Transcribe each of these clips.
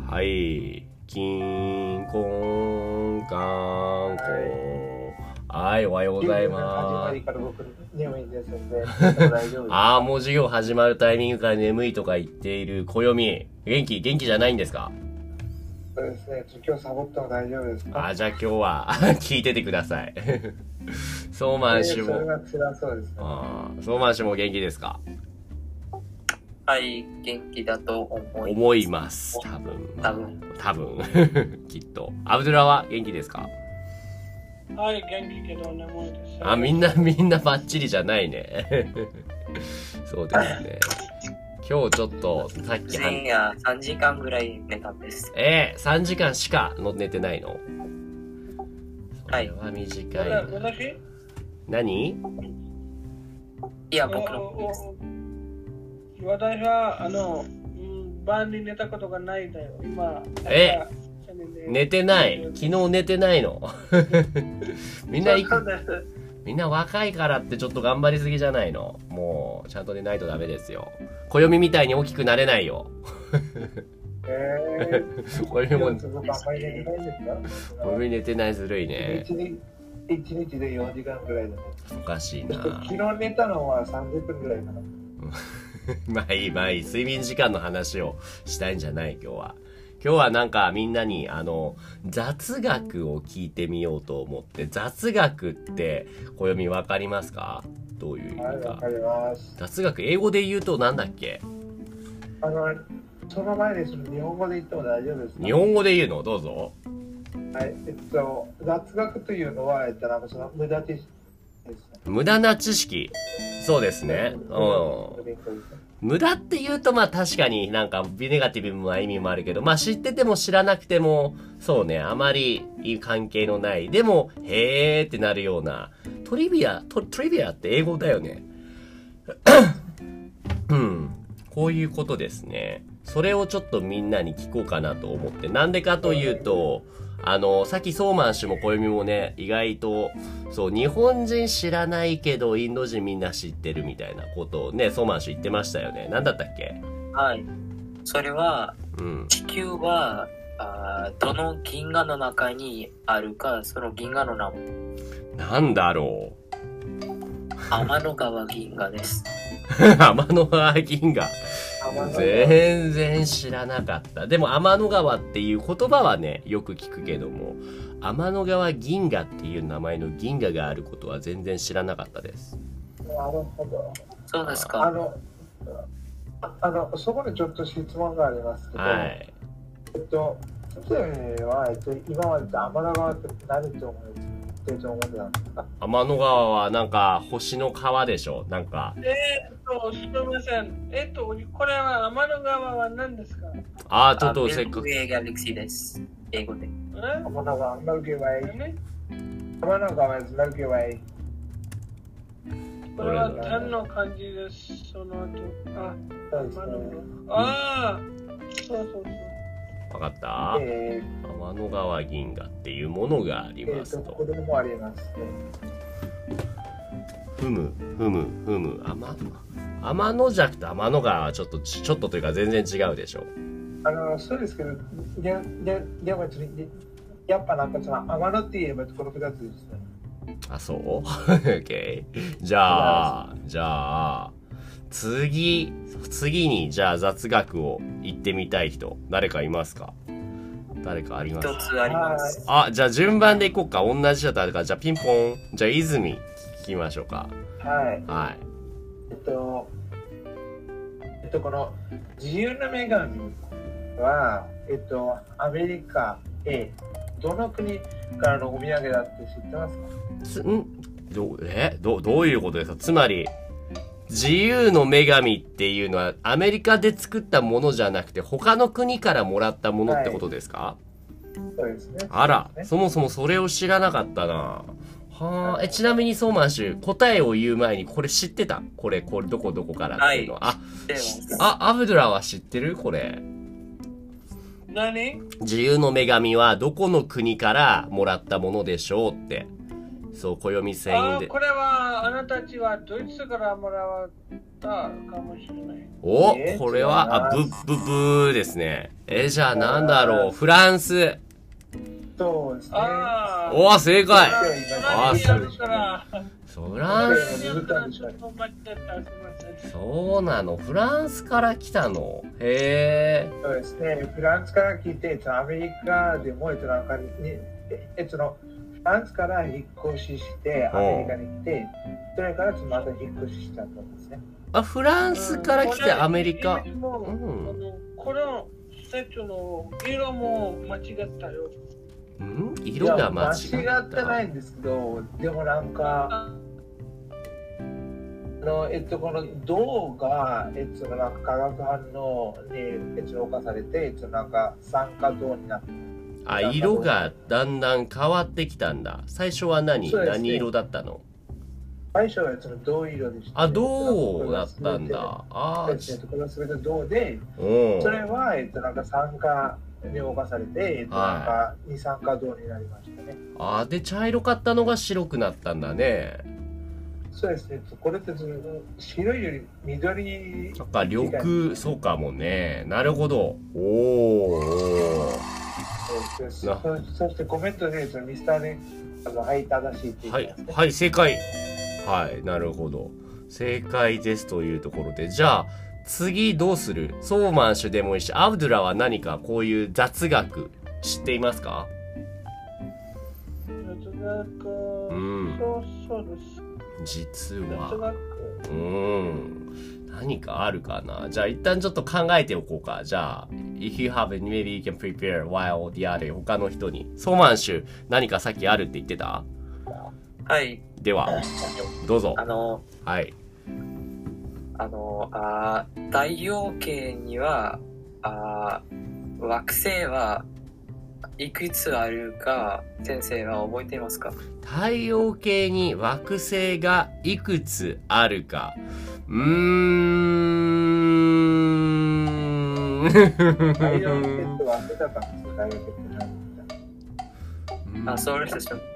はい。キンコンカンコン。はい、おはようございます。ああ、もう授業始まるタイミングから眠いとか言っている暦。元気じゃないんですか？ そうですね。今日サボっても大丈夫ですか？ じゃあ今日は聞いててください。ソーマン氏も。 それが辛そうですね。 ソーマン氏も元気ですか？ はい、元気だと思います。多分。きっと。アブドゥラは元気ですか？ はい、元気けど眠いです。 みんなバッチリじゃないね。そうですね。今日ちょっと、さっき深夜3時間ぐらい寝たんです。 3時間しか寝てないの？ はい。 それは短いな。 私？ 何？ いや、僕の。 私は、晩に寝たことがないんだよ。今。 寝てない。昨日寝てないの。みんな若いからってちょっと頑張りすぎじゃないの。もう、ちゃんと寝ないとダメですよ。暦みたいに大きくなれないよ。暦も、暦寝てないずるいね。 1日で4時間ぐらいだね。 おかしいな。 昨日寝たのは30分ぐらいかな。 まあいい。睡眠時間の話をしたいんじゃない、今日は。今日はなんかみんなに雑学を聞いてみようと思って、雑学って暦わかりますか？どういう意味か。 はい、わかります。 雑学、英語で言うとなんだっけ？ その前に日本語で言っても大丈夫ですか？ 日本語で言うの？どうぞ。 はい、雑学というのは、無駄知識ですね。 無駄な知識。そうですね。無駄って言うと確かになんかネガティブな意味もあるけど、知ってても知らなくても、そうね、あまりいい関係のない。でも、へーってなるような。トリビアって英語だよね。うん。こういうことですね。それをちょっとみんなに聞こうかなと思って。なんでかというと、さっきソーマン氏も暦もね、意外と、そう、日本人知らないけど、インド人みんな知ってるみたいなことをね、ソーマン氏言ってましたよね。なんだったっけ？ はい。それは、地球は、どの銀河の中にあるか、その銀河の名前。 なんだろう。 天の川銀河です。 天の川銀河。全然知らなかった。でも天の川っていう言葉はね、よく聞くけども、天の川銀河っていう名前の銀河があることは全然知らなかったです。 なるほど。 そうですか。 そこでちょっと質問がありますけど、 はい。 例えば、今まで天の川って何と思ってたんですか？ 天の川はなんか星の川でしょ？なんか。 すみません。これは天の川は何ですか？ ちょっとせっかく。 ミルクウェイギャラクシーです。英語で。 天の川、ミルキーウェイ。天の川はミルキーウェイ。 これは天の漢字です。その後。そう。 わかった？天の川銀河っていうものがありますと。 これもありますね。 ふむ。天の弱と天の川はちょっとというか全然違うでしょ。 そうですけど、やっぱなんか天のって言えばこの2つですね。 そう？ OK。じゃあ、次に、じゃあ雑学を言ってみたい人、誰かいますか？誰かありますか？ 一つあります。 じゃあ順番でいこうか。同じだったら、じゃあピンポン。じゃあ泉聞きましょうか。 はい。この自由の女神は、アメリカ、どの国からのお土産だって知ってますか？ どういうことですか？つまり、自由の女神っていうのはアメリカで作ったものじゃなくて他の国からもらったものってことですか？ そうですね。 あら、そもそもそれを知らなかったな。ちなみにソーマン氏、答えを言う前にこれ知ってた？これどこからっていうのは。アブドゥラは知ってる？これ。 何？ 自由の女神はどこの国からもらったものでしょうって。そう、暦専用で。 これはあなたたちはドイツからもらったかもしれない。 お、これは、あ、ブーですね。じゃあなんだろう、フランス。 そうですね。 お、正解。 あ、 フランス。そうなの、フランスから来たの。へえ。 そうですね、フランスから来て、アメリカでも、なんかに、フランスから引っ越しして、アメリカに来て、それからまた引っ越ししたんですね。 あ、フランスから来てアメリカ。 このセットの色も間違ったよ。 色が間違った。 間違ってないんですけど、でもなんか、この銅が、なんか化学反応に、侵されて、なんか酸化銅になって。 あ、色がだんだん変わってきたんだ。最初は何色だったの？ 最初は銅色でした。 あ、銅だったんだ。ああ。 これは全て銅で、それは、なんか酸化に侵されて、なんか二酸化銅になりましたね。 あ、で、茶色かったのが白くなったんだね。 そうですね。これって白いより緑。 なんか緑、そうかもね。なるほど。おお。 そしてコメントでミスターね、はい、正しいって言ってますね。 はい、正解。はい、なるほど。正解ですというところで、じゃあ次どうする？ソーマンシュでもいいし、アブドゥラは何かこういう雑学知っていますか？ 雑学、そうです。 実は何かあるかな。じゃあ一旦ちょっと考えておこうか。じゃあ If you have it, maybe you can prepare while the other 他の人に。ソーマンシュ何かさっきあるって言ってた？ はい。 ではどうぞ。はい。 太陽系には惑星はいくつあるか先生は覚えていますか？ 太陽系に惑星がいくつあるか。 太陽系って忘れたかもしれない。太陽系って何？ ソーラーシステム。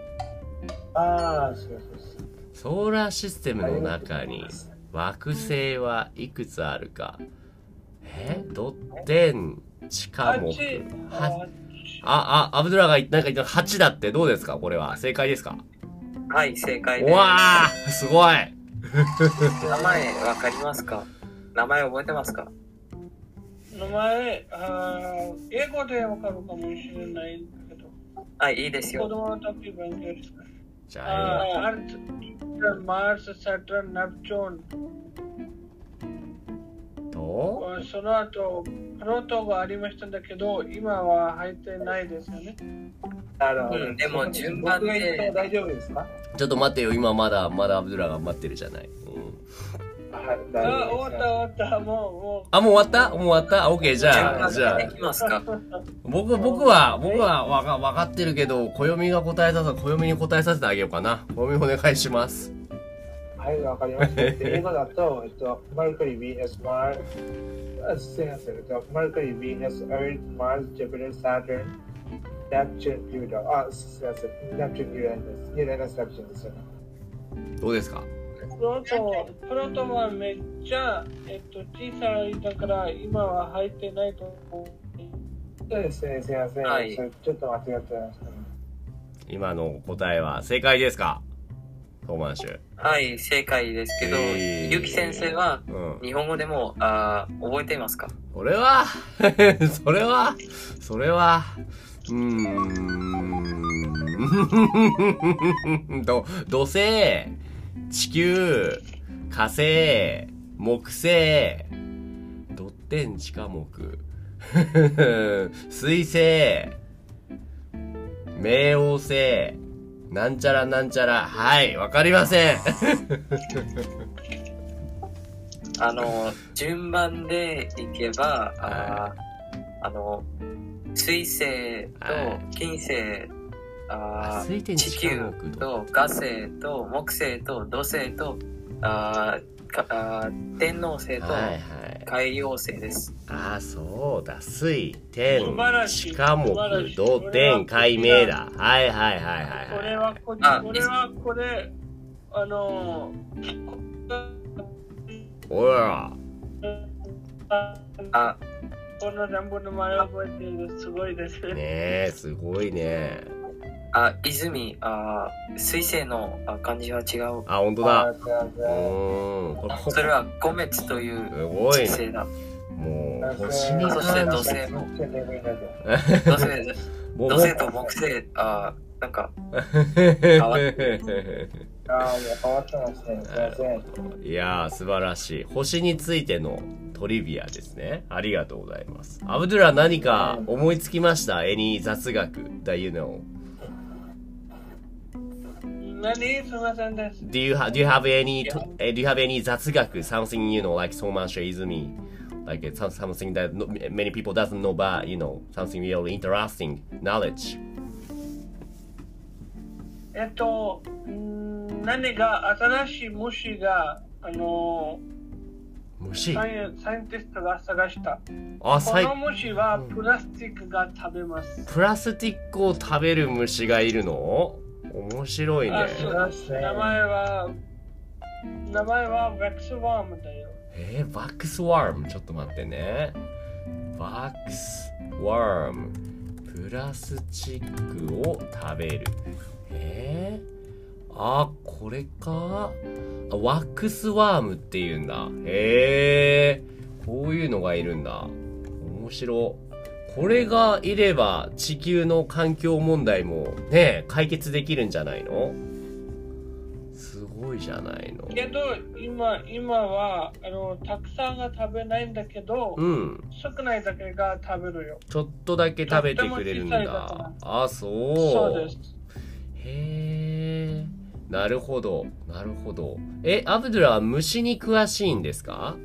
ソーラーシステムの中に惑星はいくつあるか。ドッテン、地下木。アブドゥラがなんか言った8だって。どうですかこれは。正解ですか？ はい、正解です。 うわーすごい名前わかりますか？名前覚えてますか？ 名前、英語でわかるかもしれないけど。 はい、いいですよ。 子供の時勉強ですか？ じゃあ、 マース、サタン、ネプチューン。その後、プロトがありましたんだけど、今は入ってないですよね。 でも順番で大丈夫ですか？ ちょっと待ってよ。今まだアブドゥラが待ってるじゃない。 終わった。もう終わった？もう終わった？オッケー、じゃあ。 できますか？ 僕は分かってるけど、暦が答えたら暦に答えさせてあげようかな。暦お願いします。 はい、わかりました。英語だと、マルカリ、ヴィーナス、マース、マルカリ、ヴィーナス、アース、マース、ジュピター、サターン、ネプチューン、プルト、すいません、ネプチューン、ユレナス、ネプチューンですよね。 どうですか？ プロトはめっちゃ、小さいだから今は入ってないと思う。 そうですね、すいません。はい、ちょっと間違ってましたね。 今の答えは正解ですか？ソーマンシュ。 はい、正解ですけど、ゆき先生は日本語でも覚えていますか？ それは土星、地球、火星、木星、ドッテン、地下木、水星、冥王星、なんちゃらなんちゃら。はい、わかりません。 順番でいけば、水星と金星、地球と火星と木星と土星と天王星と海洋星です。 そうだ。水、天、地下木、土天、海冥だ。はい。 おら。 あ、 この全部の前を覚えている。すごいですね。 ねえ、すごいね。 泉、水星の漢字は違う。 あ、本当だ。これそれは五滅というすごいね。 星だ。 もう、星にそして土関して。 星も。土星と木星、なんか、変わってますね。すいません。 いやー、素晴らしい。星についてのトリビアですね。ありがとうございます。アブドゥラ、何か思いつきました？ Any 雑学 that you know? 何？すみませんです。 Do you have any 雑学 something you know like so much izumi like something that many people doesn't know but you know something really interesting knowledge? 何が新しい虫が虫？ サイエンティストが探した。 あ、 この虫はプラスチックが食べます。 プラスチックを食べる虫がいるの？面白いね。 そうです。名前はワックスワームだよ。 ワックスワーム、ちょっと待ってね。ワックスワーム、プラスチックを食べる。これか。ワックスワームっていうんだ。こういうのがいるんだ。面白。これがいれば地球の環境問題もね、解決できるんじゃないの？すごいじゃないの。 けど今はたくさんが食べないんだけど、少ないだけが食べるよ。 ちょっとだけ食べてくれるんだ。そう。 そうです。 なるほど、なるほど。アブドゥラは虫に詳しいんですか？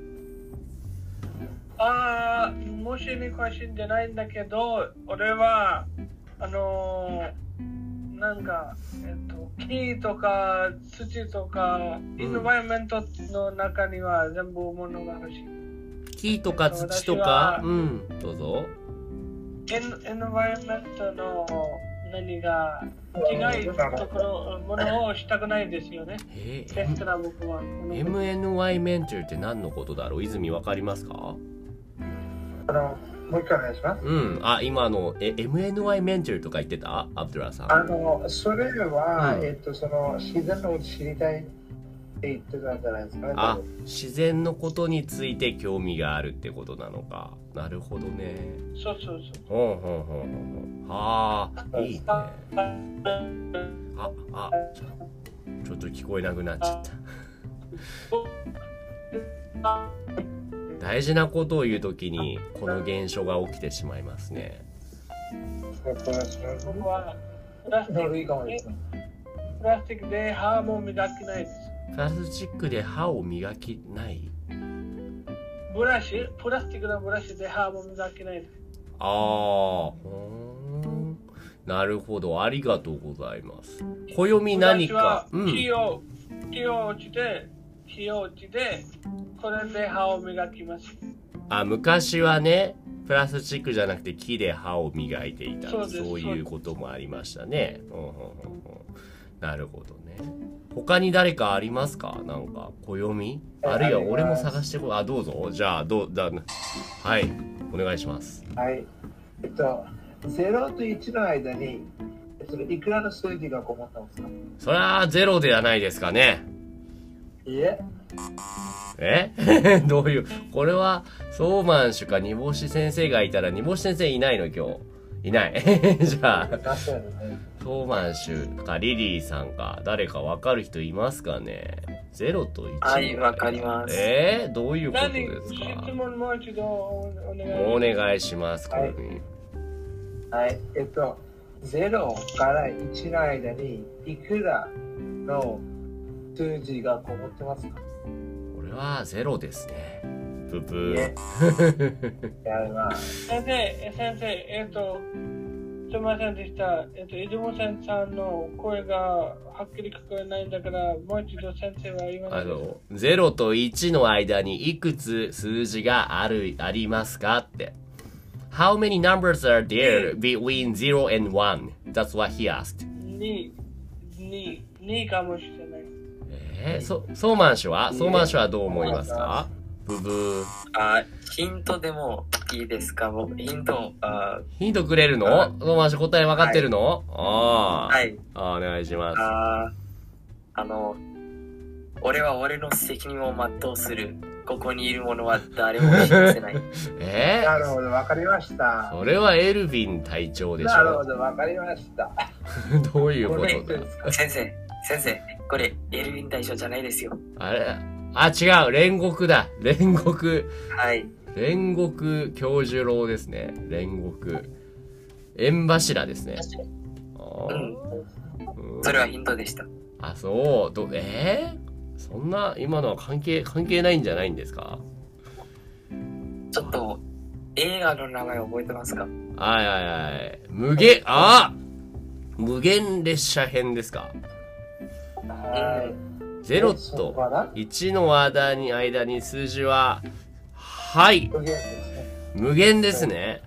虫に詳しいんじゃないんだけど、俺はなんか木とか土とか、インバイメントの中には全部物が欲しい。木とか土とか、どうぞ。 インバイメントの何が違いところものをしたくないですよね。ですから僕は MNY メンタルって何のことだろう？泉わかりますか？ もう一回お願いします。 今MNY メンタルとか言ってた？アブドゥラさん。それは、その自然の知りたいって言ってたんじゃないですかね。 自然のことについて興味があるってことなのか。なるほどね。 そう。 いいね。ちょっと聞こえなくなっちゃった。大事なことを言うときにこの現象が起きてしまいますね。 僕はプラスチックで歯も磨きないです。 プラスチックで歯を磨きない？ プラスチックのブラシで歯も磨きないです。 なるほど、ありがとうございます。暦何か。 木を落ちてこれで歯を磨きます。 昔はね、プラスチックじゃなくて木で歯を磨いていた。そういうこともありましたね。なるほどね。他に誰かありますか？なんか暦？あるいは俺も探してこい。どうぞ。じゃあはい、お願いします。 はい。0と1の間にいくらの数字がこもったんですか？ それは0ではないですかね。 いえ。 どういう、これはソーマンシュか煮干し先生がいたら、煮干し先生いないの今日。いない。じゃあ、ソーマンシュかリリーさんか誰か分かる人いますかね。0と1。 はい、分かります。 どういうことですか？ 質問もう一度お願いします。 はい。0から1の間にいくらの数字がこもってますか？ これは0ですね。ブブー。 先生、すみませんでした。出雲先生の声がはっきり聞こえないんだから、もう一度先生は言わないで。 0と1の間にいくつ数字がありますかって。How many numbers are there between 0 and 1? That's what he asked. 2かもしれない。 ソーマン氏はどう思いますか？ ブブー。 ヒントでもいいですか？僕、ヒント、 ヒントくれるの？トーマス答え分かってるの？ はい。 お願いします。 俺は俺の責任を全うする。ここにいる者は誰も死なせない。 なるほど、わかりました。 それはエルヴィン隊長でしょ。 なるほど、わかりました。 どういうことだ？ 先生、これエルヴィン隊長じゃないですよ。 あれ？違う、煉獄だ。煉獄。 はい。 煉獄教授郎ですね。煉獄。縁柱ですね。 それはヒントでした。 そう。そんな、今のは関係ないんじゃないんですか？ ちょっと、映画の名前覚えてますか？ 無限列車編ですか？0と1の間に数字は、はい。無限ですね。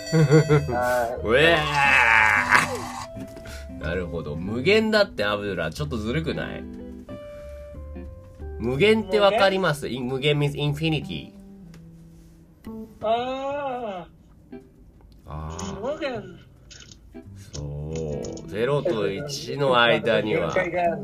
なるほど。無限だってアブドゥラ、ちょっとずるくない？無限ってわかります？無限 means infinity。 無限。 そう。0と1の間には。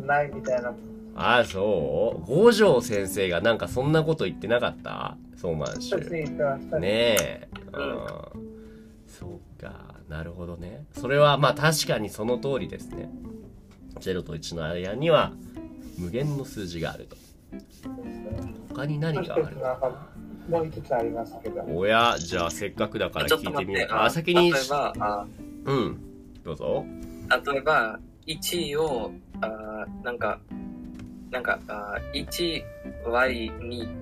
そう五条先生がなんかそんなこと言ってなかった？ソーマンシュ。ねえ。そうか。なるほどね。それはまあ確かにその通りですね。0と1の間には無限の数字があると。他に何があるのか？ もう一つありますけど。 じゃあせっかくだから聞いてみようか。先に。例えば、どうぞ。 例えば、1を、1割2って、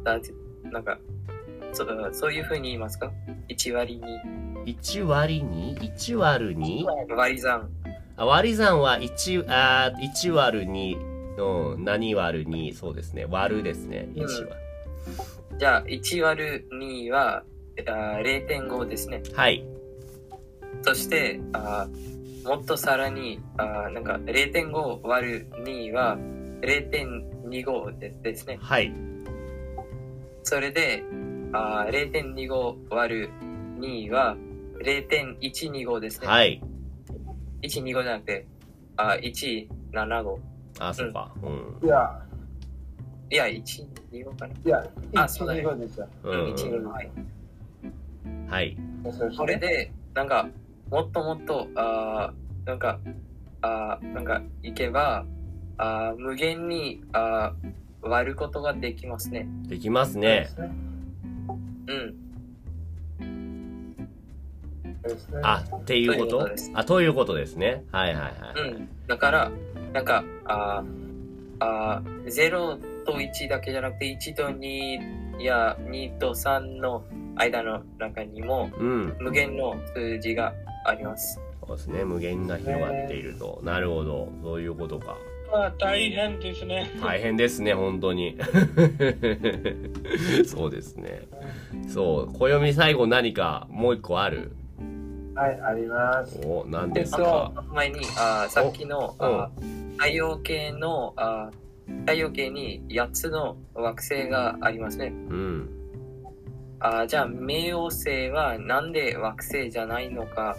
そういう風に言いますか？ 1 割2。 1割 2？1 割 2？ 割り算。 割り算は1割2。何割る2？そうですね。割るですね。1は。 じゃあ、1割る2は、0.5 ですね。 はい。 そして、もっとさらに、0.5 割る2は 0.25 ですね。 はい。 それで、0.25 割る2は 0.125 ですね。 はい。 125じゃなくて、175。 そうか。 いや、125かな。 いや、125ですよ。 125、はい。 はい。 それで、もっともっと、いけば、無限に、割ることができますね。 できますね。っていうこと？ということですね。はい。 だから、0と1だけじゃなくて、1と2や2と3の間の中にも、無限の数字があります。 そうですね。無限が広がっていると。なるほど。そういうことか。 大変ですね。 大変ですね、本当に。そうですね。そう。暦最後何かもう一個ある？ はい、あります。 何ですか？ 前に、さっきの、太陽系に8つの惑星がありますね。じゃあ、冥王星はなんで惑星じゃないのか、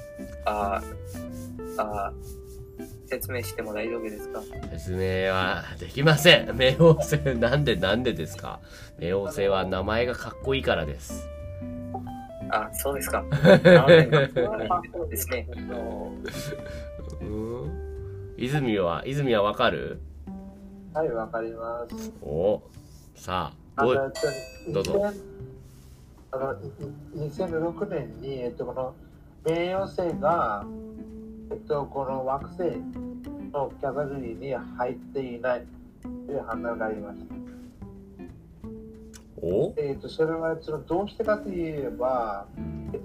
説明しても大丈夫ですか？ 説明はできません。冥王星、なんでですか？冥王星は名前がかっこいいからです。 そうですか。ですね。 泉はわかる？ はい、わかります。 さあ、どうぞ。 2006年に、この冥王星が、この惑星のキャテゴリーに入っていないという判断がありました。それはどうしてかといえば、冥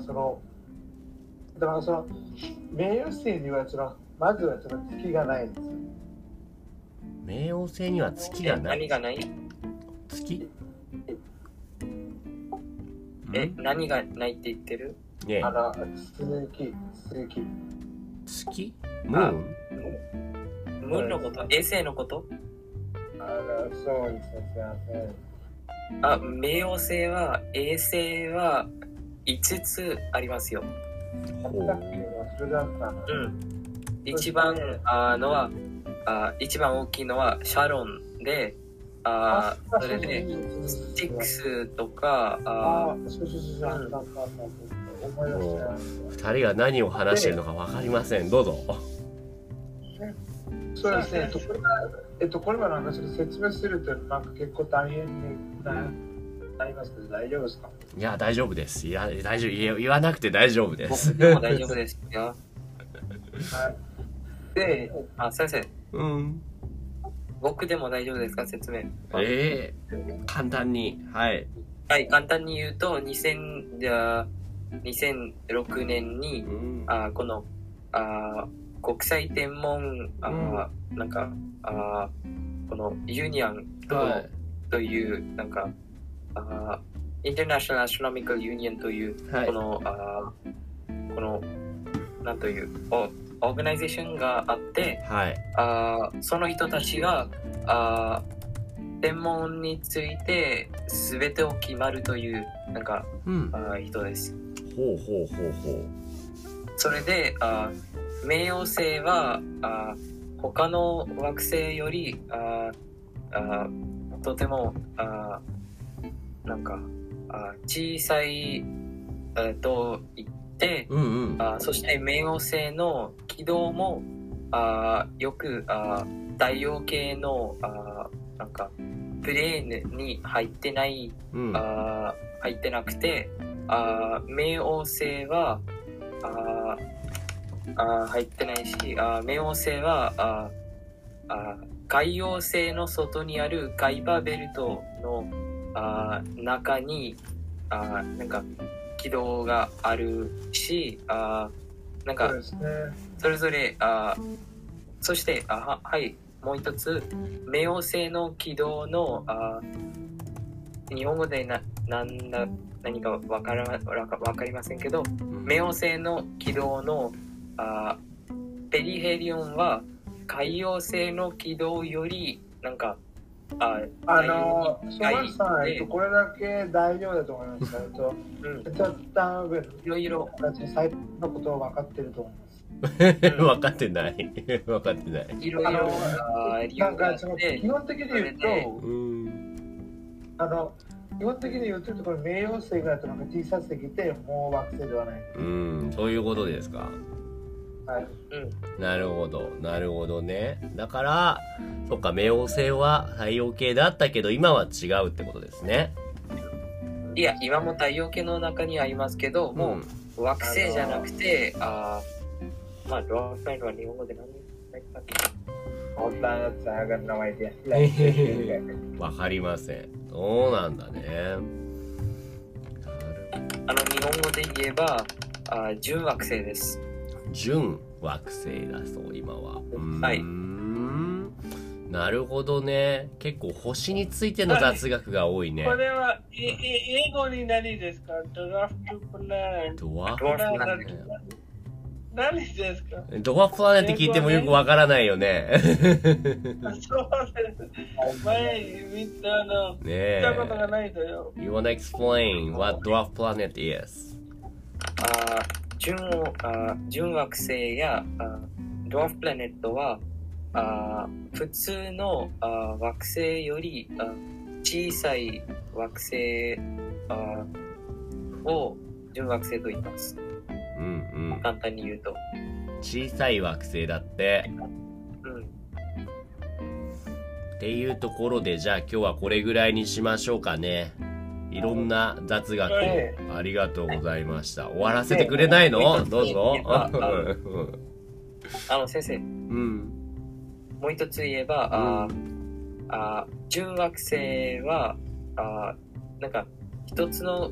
王星にはまずは月がないんですよ。 冥王星には月がない。 何がない？ 月？ 何がないって言ってる？ ねえ。月？ムーン？ ムーンのこと？衛星のこと？ そうですね、すいません。 冥王星は、衛星は5つありますよ。 あったっけ、忘れだったな。 一番一番大きいのはシャロンで、それでスティックスとか、 そう、あった。思い出した。 二人が何を話しているのか分かりません。どうぞ。 そうですね。これはなんかそれ説明するとなんか結構大変になりますけど大丈夫ですか？ いや、大丈夫です。いや、大丈夫。言わなくて大丈夫です。 僕でも大丈夫ですよ。 はい。で、 先生。 うん。 僕でも大丈夫ですか、説明。 簡単に。はい。 はい、簡単に言うと、2006年に、この、国際天文、なんか、このユニアンという、なんか、インターナショナル・アストロノミカル・ユニアンという、この、なんという、オーガナイゼーションがあって、その人たちが、天文について全てを決まるという、なんか、人です。 ほう。 それで、冥王星は他の惑星よりとてもなんか小さいと言って、そして冥王星の軌道もよく太陽系のなんかプレーンに入ってない、入ってなくて、冥王星は入ってないし、冥王星は海洋星の外にあるカイパーベルトの中になんか軌道があるし、なんかそれぞれそしてもう一つ、冥王星の軌道の日本語で何かわかりませんけど、冥王星の軌道のペリヘリオンは海洋星の軌道よりなんかそのさ、これだけ大丈夫だと思います。多分いろいろ最近のことを分かってると思います。 分かってない。 いろいろなんか基本的に言うと、基本的に言うとこれ冥王星がなんか小さすぎてもう惑星ではない。 そういうことですか。 はい。 なるほどね。だからそっか、冥王星は太陽系だったけど今は違うってことですね。 いや、今も太陽系の中にありますけど、もう惑星じゃなくて、ドラーフプラネットは日本語で何だっけ？ わかりません。そうなんだね。 日本語で言えば準惑星です。 準惑星だそう、今は。 はい。 なるほどね。結構星についての雑学が多いね。 これは英語に何ですか？ドラフトプラネット。 ドワーフプラネット。 何ですか？ ドワーフプラネット聞いてもよくわからないよね。 そうです。前見たことがないとよ。 You wanna explain what dwarf planet is? 準惑星やドワーフプラネットは普通の惑星より小さい惑星を準惑星と言います。簡単に言うと小さい惑星だって、っていうところで、じゃあ今日はこれぐらいにしましょうかね。いろんな雑学ありがとうございました。終わらせてくれないの？どうぞ。 先生、もう一つ言えば、準惑星はなんか一つの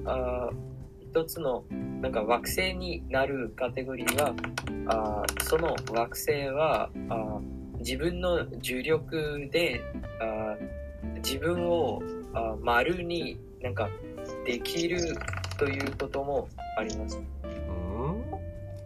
なんか惑星になるカテゴリーはその惑星は自分の重力で自分を丸になんかできるということもあります。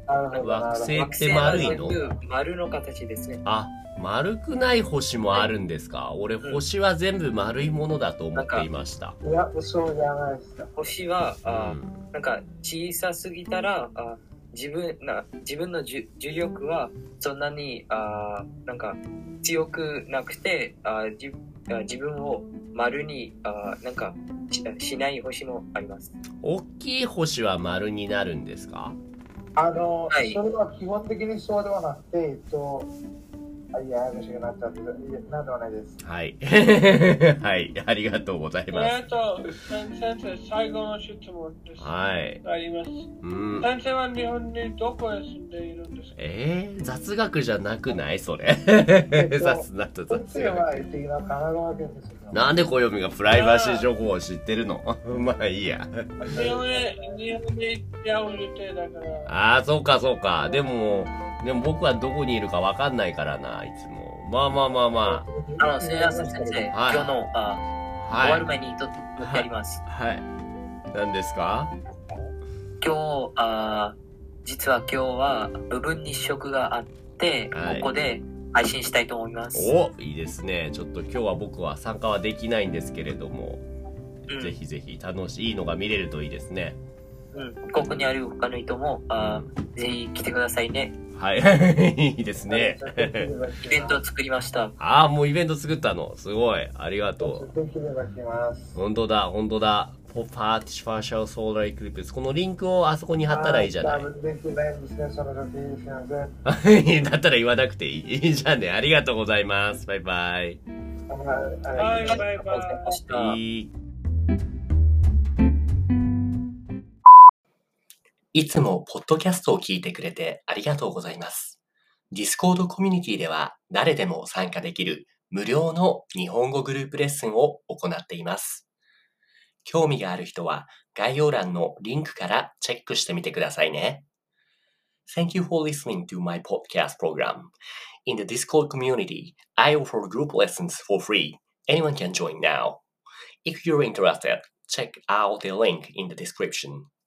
なるほど。 惑星惑って星は全丸いの？ 部丸の形ですね。 あ、丸くない星もあるんですか？俺、星は全部丸いものだと思っていました。 いや、そうじゃないですか。 星は、 うんなんか小さすぎたら、自分の重力はそんなになんか強くなくて、自分を丸になんかしない星もあります。 大きい星は丸になるんですか？ はいそれは基本的にそうではなくて、いや、話がなっちゃって、なんではないです。 はい。はい。ありがとうございます。 先生、最後の質問です。 はい。 あります。 うん。 先生は日本にどこへ住んでいるんですか？ 雑学じゃなくないそれ。雑なと雑先生は学。 神奈川県ですよ。 なんで暦がプライバシー情報を知ってるの？まあいいや。 日本へ行っちゃう予定だから。 ああ、そうかそうか。でも僕はどこにいるかわかんないからな、いつも。まあ。 すみません、先生。 はい今日の、終わる前に取ってあります。 はい。何ですか？ 今日、実は今日は部分日食があって、 はいここで配信したいと思います。 お、いいですね。ちょっと今日は僕は参加はできないんですけれども、ぜひぜひいいのが見れるといいですね。 ここにある他の人も、ぜひ来てくださいね。 はい。いいですね。 イベントを作りました。 ああ、もうイベント作ったの。すごい。ありがとう。 できれば来ます。 本当だ。ポパーティシファーシャルソーラーエクリプス。このリンクをあそこに貼ったらいいじゃない。 多分できないんですね、その時。すいません。 だったら言わなくていい。じゃあね、ありがとうございます。バイバイ。 はい、バイバイ。 ありがとうございましたいつもポッドキャストを聞いてくれてありがとうございます。Discord コミュニティでは誰でも参加できる無料の日本語グループレッスンを行っています。興味がある人は概要欄のリンクからチェックしてみてくださいね。Thank you for listening to my podcast program. In the Discord community, I offer group lessons for free. Anyone can join now. If you're interested, check out the link in the description.